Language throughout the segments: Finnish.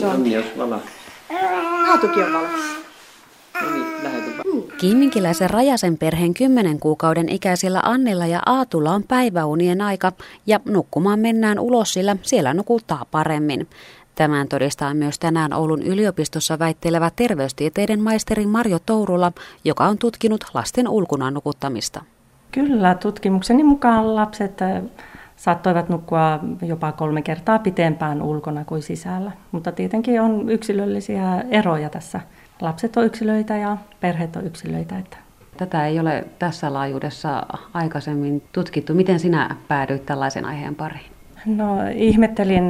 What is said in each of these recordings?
se on? Anni, jos vala. Aatukin on valmis. No niin, lähetupä. Kiiminkiläisen Rajasen perheen 10 kuukauden ikäisillä Annilla ja Aatulla on päiväunien aika ja nukkumaan mennään ulos, sillä siellä nukuttaa paremmin. Tämän todistaa myös tänään Oulun yliopistossa väittelevä terveystieteiden maisteri Marjo Tourula, joka on tutkinut lasten ulkona nukuttamista. Kyllä, tutkimukseni mukaan lapset saattoivat nukkua jopa 3 kertaa pitempään ulkona kuin sisällä, mutta tietenkin on yksilöllisiä eroja tässä. Lapset on yksilöitä ja perheet on yksilöitä. Tätä ei ole tässä laajuudessa aikaisemmin tutkittu. Miten sinä päädyit tällaisen aiheen pariin? No, ihmettelin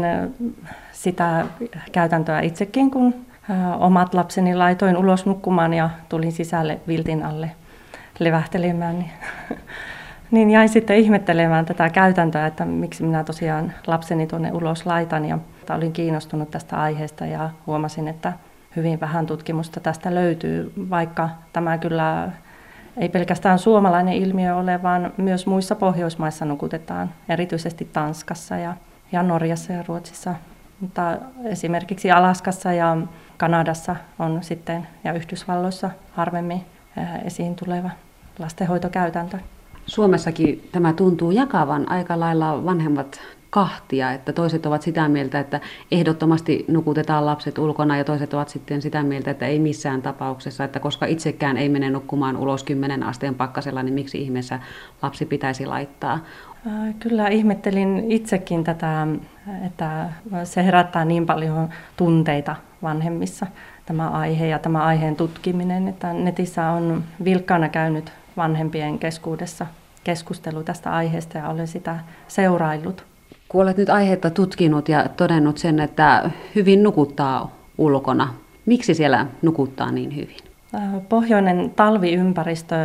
sitä käytäntöä itsekin, kun omat lapseni laitoin ulos nukkumaan ja tulin sisälle viltin alle levähtelemään. Niin jäin sitten ihmettelemään tätä käytäntöä, että miksi minä tosiaan lapseni tuonne ulos laitan. Ja olin kiinnostunut tästä aiheesta ja huomasin, että hyvin vähän tutkimusta tästä löytyy, vaikka tämä kyllä ei pelkästään suomalainen ilmiö ole, vaan myös muissa Pohjoismaissa nukutetaan, erityisesti Tanskassa ja Norjassa ja Ruotsissa. Mutta esimerkiksi Alaskassa ja Kanadassa on sitten ja Yhdysvalloissa harvemmin esiin tuleva lastenhoitokäytäntö. Suomessakin tämä tuntuu jakavan aika lailla vanhemmat kahtia, että toiset ovat sitä mieltä, että ehdottomasti nukutetaan lapset ulkona ja toiset ovat sitten sitä mieltä, että ei missään tapauksessa, että koska itsekään ei mene nukkumaan ulos 10 asteen pakkasella, niin miksi ihmeessä lapsi pitäisi laittaa? Kyllä ihmettelin itsekin tätä, että se herättää niin paljon tunteita vanhemmissa tämä aihe ja tämä aiheen tutkiminen, että netissä on vilkkaana käynyt vanhempien keskuudessa keskustelu tästä aiheesta ja olen sitä seuraillut. Kun olet nyt aihetta tutkinut ja todennut sen, että hyvin nukuttaa ulkona, miksi siellä nukuttaa niin hyvin? Pohjoinen talviympäristö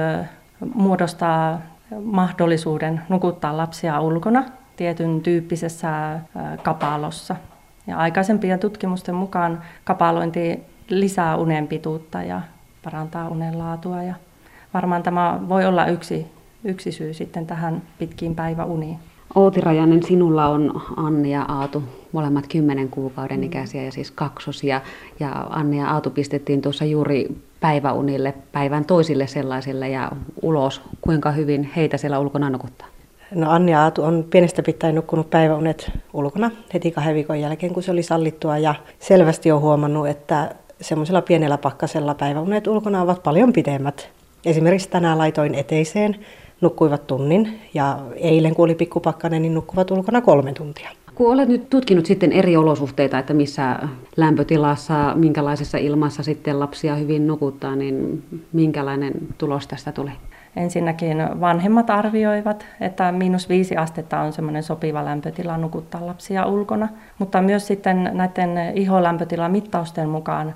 muodostaa mahdollisuuden nukuttaa lapsia ulkona tietyn tyyppisessä kapalossa. Ja aikaisempien tutkimusten mukaan kapalointi lisää unen pituutta ja parantaa unen laatua. Ja varmaan tämä voi olla yksi syy sitten tähän pitkiin päiväuniin. Outi Rajanen, sinulla on Anni ja Aatu, molemmat 10 kuukauden ikäisiä ja siis kaksosia. Ja Anni ja Aatu pistettiin tuossa juuri päiväunille, päivän toisille sellaisille ja ulos. Kuinka hyvin heitä siellä ulkona nukuttaa? No Anni ja Aatu on pienestä pitäen nukkunut päiväunet ulkona heti 2 viikon jälkeen, kun se oli sallittua. Ja selvästi on huomannut, että semmoisella pienellä pakkasella päiväunet ulkona ovat paljon pidemmät. Esimerkiksi tänään laitoin eteiseen, nukkuivat tunnin ja eilen kun oli pikkupakkanen, niin nukkuvat ulkona 3 tuntia. Kun olet nyt tutkinut sitten eri olosuhteita, että missä lämpötilassa, minkälaisessa ilmassa sitten lapsia hyvin nukuttaa, niin minkälainen tulos tästä tuli? Ensinnäkin vanhemmat arvioivat, että -5 astetta on semmoinen sopiva lämpötila nukuttaa lapsia ulkona, mutta myös sitten näiden iholämpötilamittausten mukaan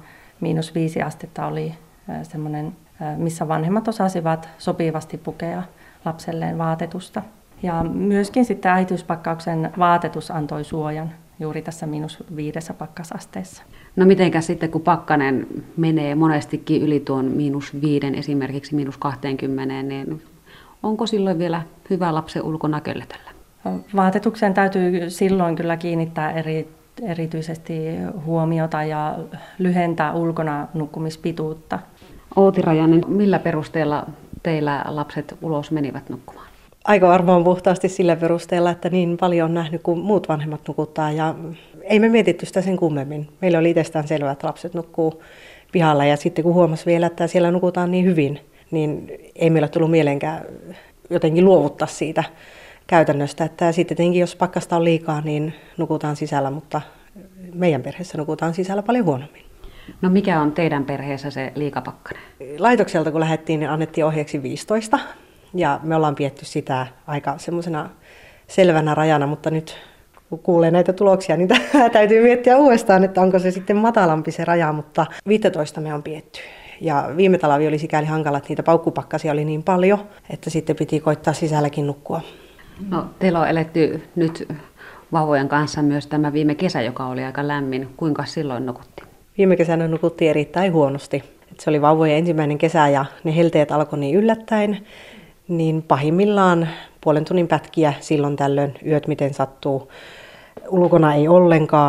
-5 astetta oli semmoinen, missä vanhemmat osasivat sopivasti pukea lapselleen vaatetusta. Ja myöskin sitten äitiyspakkauksen vaatetus antoi suojan juuri tässä -5 pakkasasteessa. No mitenkäs sitten, kun pakkanen menee monestikin yli tuon -5, esimerkiksi -20, niin onko silloin vielä hyvä lapsen ulkona köllötellä? Vaatetukseen täytyy silloin kyllä kiinnittää erityisesti huomiota ja lyhentää ulkona nukkumispituutta. Outi Rajanen, millä perusteella teillä lapset ulos menivät nukkumaan? Aika varmaan puhtaasti sillä perusteella, että niin paljon on nähnyt, kun muut vanhemmat nukuttaa. Ja ei me mietitty sitä sen kummemmin. Meillä oli itsestään selvää, että lapset nukkuu pihalla. Ja sitten kun huomasi vielä, että siellä nukutaan niin hyvin, niin ei meillä tullut mieleenkään jotenkin luovuttaa siitä käytännöstä. Että sitten tietenkin, jos pakkasta on liikaa, niin nukutaan sisällä, mutta meidän perheessä nukutaan sisällä paljon huonommin. No mikä on teidän perheessä se liikapakkanen? Laitokselta kun lähdettiin, niin annettiin ohjeeksi 15. Ja me ollaan pietty sitä aika semmoisena selvänä rajana, mutta nyt kun kuulee näitä tuloksia, niin täytyy miettiä uudestaan, että onko se sitten matalampi se raja, mutta 15 me on pietty. Ja viime talvi oli sikäli hankala, että niitä paukkupakkasia oli niin paljon, että sitten piti koittaa sisälläkin nukkua. No teillä on eletty nyt vauvojen kanssa myös tämä viime kesä, joka oli aika lämmin. Kuinka silloin nukuttiin? Viime kesänä nukuttiin erittäin huonosti. Se oli vauvojen ensimmäinen kesä ja ne helteet alkoi niin yllättäen. Niin pahimmillaan 0,5 tunnin pätkiä silloin tällöin, yöt miten sattuu. Ulkona ei ollenkaan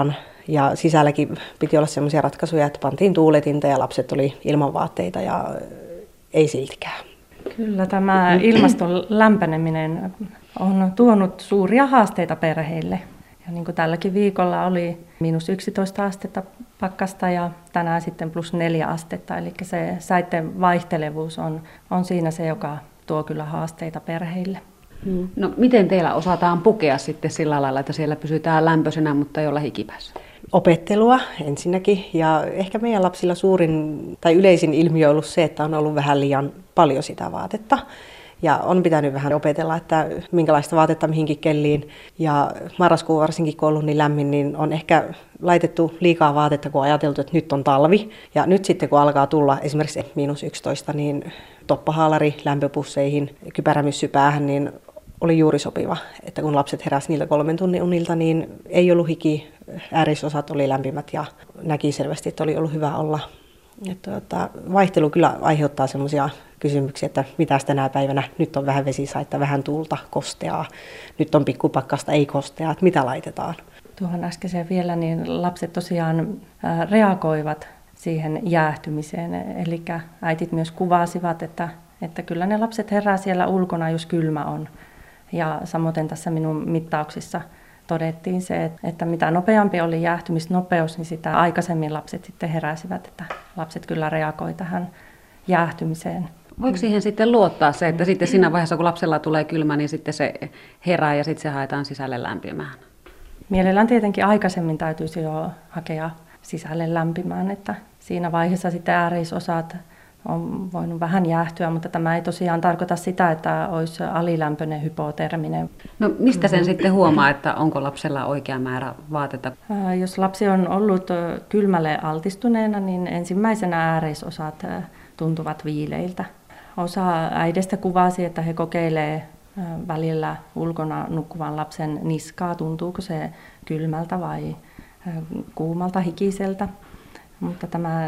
Ja sisälläkin piti olla sellaisia ratkaisuja, että pantiin tuuletinta ja lapset oli ilman vaatteita ja ei siltikään. Kyllä tämä ilmaston lämpeneminen on tuonut suuria haasteita perheille. Ja niin kuin tälläkin viikolla oli -11 astetta pakkasta ja tänään sitten +4 astetta. Eli se säiden vaihtelevuus on siinä se, joka tuo kyllä haasteita perheille. No miten teillä osataan pukea sitten sillä lailla, että siellä pysytään lämpöisenä, mutta ei olla hikipäässä? Opettelua ensinnäkin, ja ehkä meidän lapsilla suurin tai yleisin ilmiö on ollut se, että on ollut vähän liian paljon sitä vaatetta. Ja on pitänyt vähän opetella, että minkälaista vaatetta mihinkin kelliin. Ja marraskuu varsinkin, kun on ollut niin lämmin, niin on ehkä laitettu liikaa vaatetta, kun on ajateltu, että nyt on talvi. Ja nyt sitten, kun alkaa tulla esimerkiksi -11, niin toppahaalari lämpöpusseihin, kypärämyssy päähän, niin oli juuri sopiva. Että kun lapset heräsivät niiltä 3 tunnin unilta, niin ei ollut hiki, äärisosat oli lämpimät ja näki selvästi, että oli ollut hyvä olla. Vaihtelu kyllä aiheuttaa sellaisia kysymyksiä, että mitäs tänä päivänä, nyt on vähän vesisaetta, vähän tuulta, kosteaa, nyt on pikkupakkasta, ei kosteaa, että mitä laitetaan. Tuohon äskeiseen vielä, niin lapset tosiaan reagoivat siihen jäähtymiseen, eli äitit myös kuvasivat, että kyllä ne lapset herää siellä ulkona, jos kylmä on. Ja samoin tässä minun mittauksissa todettiin se, että mitä nopeampi oli jäähtymisnopeus, niin sitä aikaisemmin lapset sitten heräsivät, että lapset kyllä reagoi tähän jäähtymiseen. Voiko siihen sitten luottaa se, että sitten siinä vaiheessa, kun lapsella tulee kylmä, niin sitten se herää ja sitten se haetaan sisälle lämpimään? Mielellään tietenkin aikaisemmin täytyisi jo hakea sisälle lämpimään, että siinä vaiheessa sitten ääreisosat on voinut vähän jäähtyä, mutta tämä ei tosiaan tarkoita sitä, että olisi alilämpöinen hypoterminen. No mistä sen sitten huomaa, että onko lapsella oikea määrä vaatetta? Jos lapsi on ollut kylmälle altistuneena, niin ensimmäisenä ääreisosat tuntuvat viileiltä. Osa äideistä kuvasi, että he kokeilevat välillä ulkona nukkuvan lapsen niskaa, tuntuuko se kylmältä vai kuumalta, hikiseltä. Mutta tämä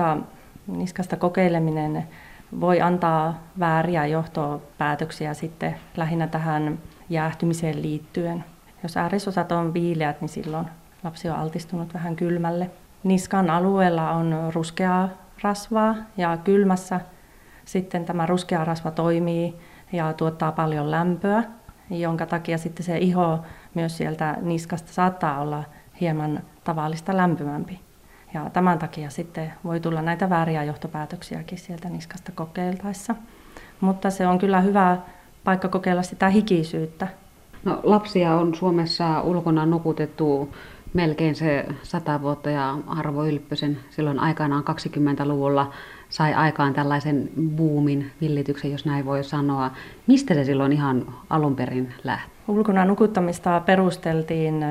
niskasta kokeileminen voi antaa vääriä johtopäätöksiä sitten lähinnä tähän jäähtymiseen liittyen. Jos äärisosat on viileät, niin silloin lapsi on altistunut vähän kylmälle. Niskan alueella on ruskeaa rasvaa ja kylmässä sitten tämä ruskea rasva toimii ja tuottaa paljon lämpöä, jonka takia sitten se iho myös sieltä niskasta saattaa olla hieman tavallista lämpimämpi. Ja tämän takia sitten voi tulla näitä vääriä johtopäätöksiäkin sieltä niskasta kokeiltaessa. Mutta se on kyllä hyvä paikka kokeilla sitä hikisyyttä. No, lapsia on Suomessa ulkona nukutettu melkein se 100 vuotta ja Arvo Ylppösen silloin aikanaan 20-luvulla sai aikaan tällaisen buumin, villityksen, jos näin voi sanoa. Mistä se silloin ihan alun perin lähti? Ulkona nukuttamista perusteltiin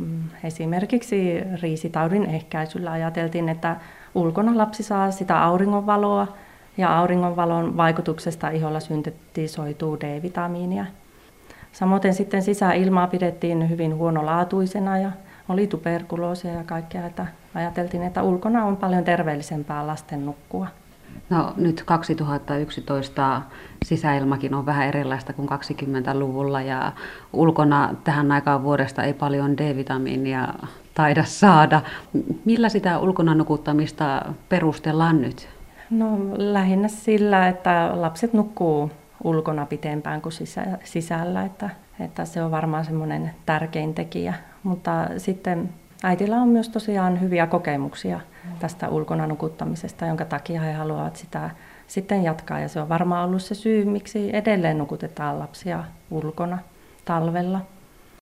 esimerkiksi riisitaudin ehkäisyllä. Ajateltiin, että ulkona lapsi saa sitä auringonvaloa ja auringonvalon vaikutuksesta iholla syntetisoituu D-vitamiinia. Samoin sitten sisäilmaa pidettiin hyvin huonolaatuisena ja oli tuberkuloosia ja kaikkea, että ajateltiin, että ulkona on paljon terveellisempää lasten nukkua. No nyt 2011 sisäilmakin on vähän erilaista kuin 20-luvulla ja ulkona tähän aikaan vuodesta ei paljon D-vitamiinia taida saada. Millä sitä ulkona nukuttamista perustellaan nyt? No lähinnä sillä, että lapset nukkuu ulkona pitempään kuin sisällä, että se on varmaan semmoinen tärkein tekijä. Mutta sitten äitillä on myös tosiaan hyviä kokemuksia tästä ulkona nukuttamisesta, jonka takia he haluavat sitä sitten jatkaa. Ja se on varmaan ollut se syy, miksi edelleen nukutetaan lapsia ulkona talvella.